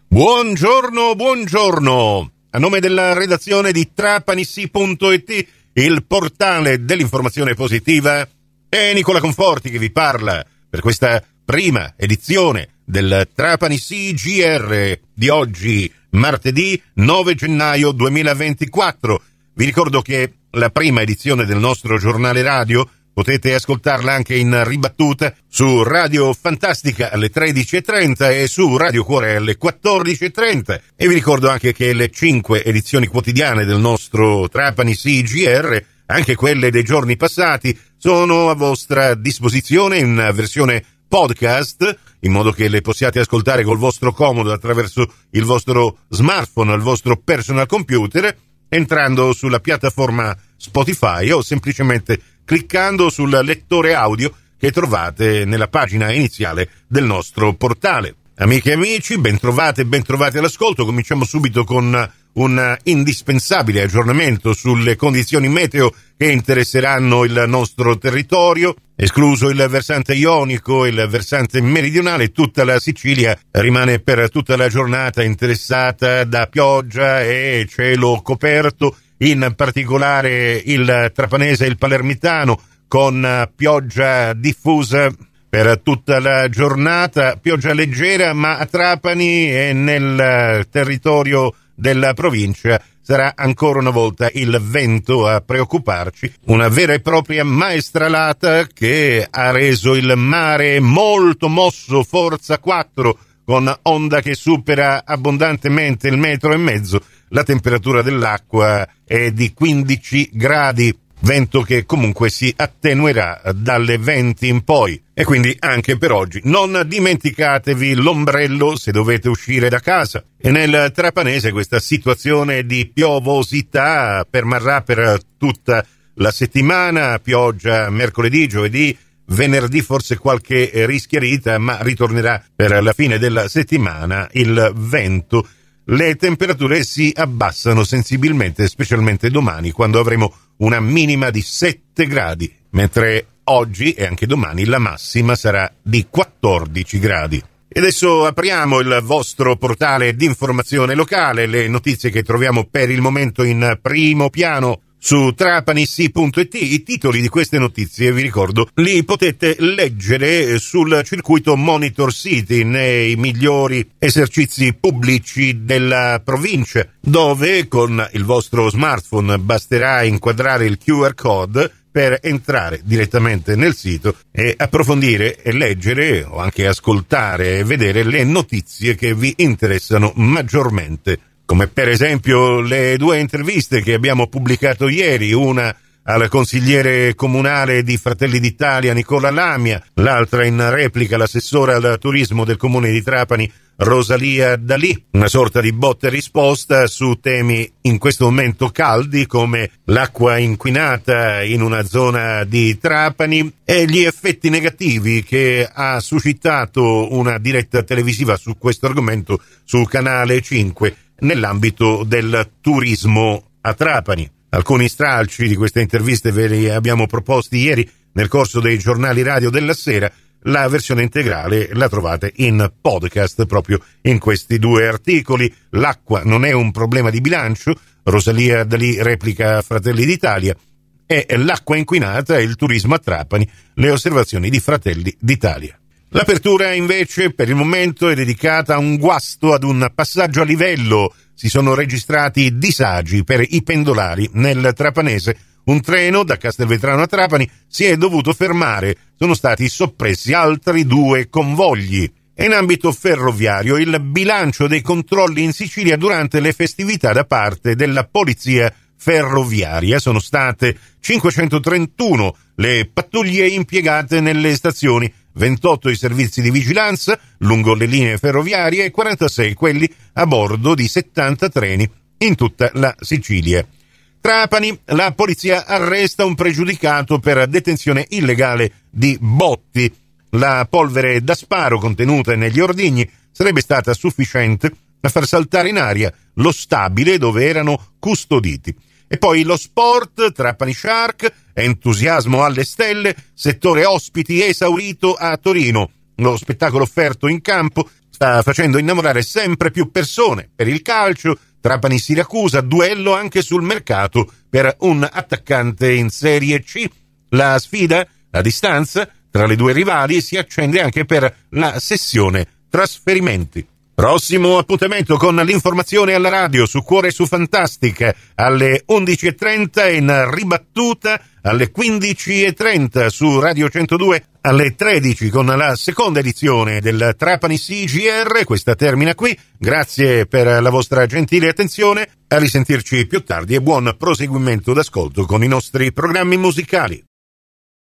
Buongiorno, buongiorno. A nome della redazione di Trapanissi.it, il portale dell'informazione positiva, è Nicola Conforti che vi parla per questa prima edizione del Trapanissi GR di oggi, martedì 9 gennaio 2024. Vi ricordo che la prima edizione del nostro giornale radio potete ascoltarla anche in ribattuta su Radio Fantastica alle 13.30 e su Radio Cuore alle 14.30. E vi ricordo anche che le 5 edizioni quotidiane del nostro Trapanissi GR, anche quelle dei giorni passati, sono a vostra disposizione in versione podcast, in modo che le possiate ascoltare col vostro comodo attraverso il vostro smartphone, il vostro personal computer, entrando sulla piattaforma Spotify o semplicemente cliccando sul lettore audio che trovate nella pagina iniziale del nostro portale. Amiche e amici, bentrovate all'ascolto. Cominciamo subito con un indispensabile aggiornamento sulle condizioni meteo che interesseranno il nostro territorio. Escluso il versante ionico e il versante meridionale, tutta la Sicilia rimane per tutta la giornata interessata da pioggia e cielo coperto, in particolare il trapanese e il palermitano, con pioggia diffusa per tutta la giornata, pioggia leggera, ma a Trapani e nel territorio della provincia sarà ancora una volta il vento a preoccuparci, una vera e propria maestralata che ha reso il mare molto mosso, forza 4, con onda che supera abbondantemente il 1,5 metri. La temperatura dell'acqua è di 15 gradi, vento che comunque si attenuerà dalle 20 in poi. E quindi anche per oggi non dimenticatevi l'ombrello se dovete uscire da casa. E nel trapanese questa situazione di piovosità permarrà per tutta la settimana, pioggia mercoledì, giovedì, venerdì forse qualche rischiarita, ma ritornerà per la fine della settimana il vento. Le temperature si abbassano sensibilmente, specialmente domani, quando avremo una minima di 7 gradi, mentre oggi e anche domani la massima sarà di 14 gradi. E adesso apriamo il vostro portale di informazione locale, le notizie che troviamo per il momento in primo piano su Trapanissi.it. I titoli di queste notizie, vi ricordo, li potete leggere sul circuito Monitor City, nei migliori esercizi pubblici della provincia, dove con il vostro smartphone basterà inquadrare il QR code per entrare direttamente nel sito e approfondire e leggere o anche ascoltare e vedere le notizie che vi interessano maggiormente, come per esempio le 2 interviste che abbiamo pubblicato ieri, una al consigliere comunale di Fratelli d'Italia Nicola Lamia, l'altra in replica l'assessora al turismo del comune di Trapani Rosalia Dalì, una sorta di botta e risposta su temi in questo momento caldi come l'acqua inquinata in una zona di Trapani e gli effetti negativi che ha suscitato una diretta televisiva su questo argomento su Canale 5 nell'ambito del turismo a Trapani. Alcuni stralci di queste interviste ve li abbiamo proposti ieri nel corso dei giornali radio della sera. La versione integrale la trovate in podcast proprio in questi 2 articoli. L'acqua non è un problema di bilancio, Rosalia Dalì replica Fratelli d'Italia, e l'acqua inquinata e il turismo a Trapani, le osservazioni di Fratelli d'Italia. L'apertura invece per il momento è dedicata a un guasto, ad un passaggio a livello. Si sono registrati disagi per i pendolari nel trapanese. Un treno da Castelvetrano a Trapani si è dovuto fermare, sono stati soppressi altri 2 convogli. E in ambito ferroviario il bilancio dei controlli in Sicilia durante le festività da parte della polizia ferroviaria. Sono state 531 le pattuglie impiegate nelle stazioni, 28 i servizi di vigilanza lungo le linee ferroviarie e 46 quelli a bordo di 70 treni in tutta la Sicilia. Trapani, la polizia arresta un pregiudicato per detenzione illegale di botti. La polvere da sparo contenuta negli ordigni sarebbe stata sufficiente a far saltare in aria lo stabile dove erano custoditi. E poi lo sport, Trapani Shark, entusiasmo alle stelle, settore ospiti esaurito a Torino. Lo spettacolo offerto in campo sta facendo innamorare sempre più persone per il calcio. Trapani-Siracusa, duello anche sul mercato per un attaccante in Serie C. La sfida a distanza tra le due rivali si accende anche per la sessione trasferimenti. Prossimo appuntamento con l'informazione alla radio su Cuore su Fantastica alle 11.30 in ribattuta alle 15.30 su Radio 102 alle 13 con la seconda edizione del Trapani CGR. Questa termina qui. Grazie per la vostra gentile attenzione. A risentirci più tardi e buon proseguimento d'ascolto con i nostri programmi musicali.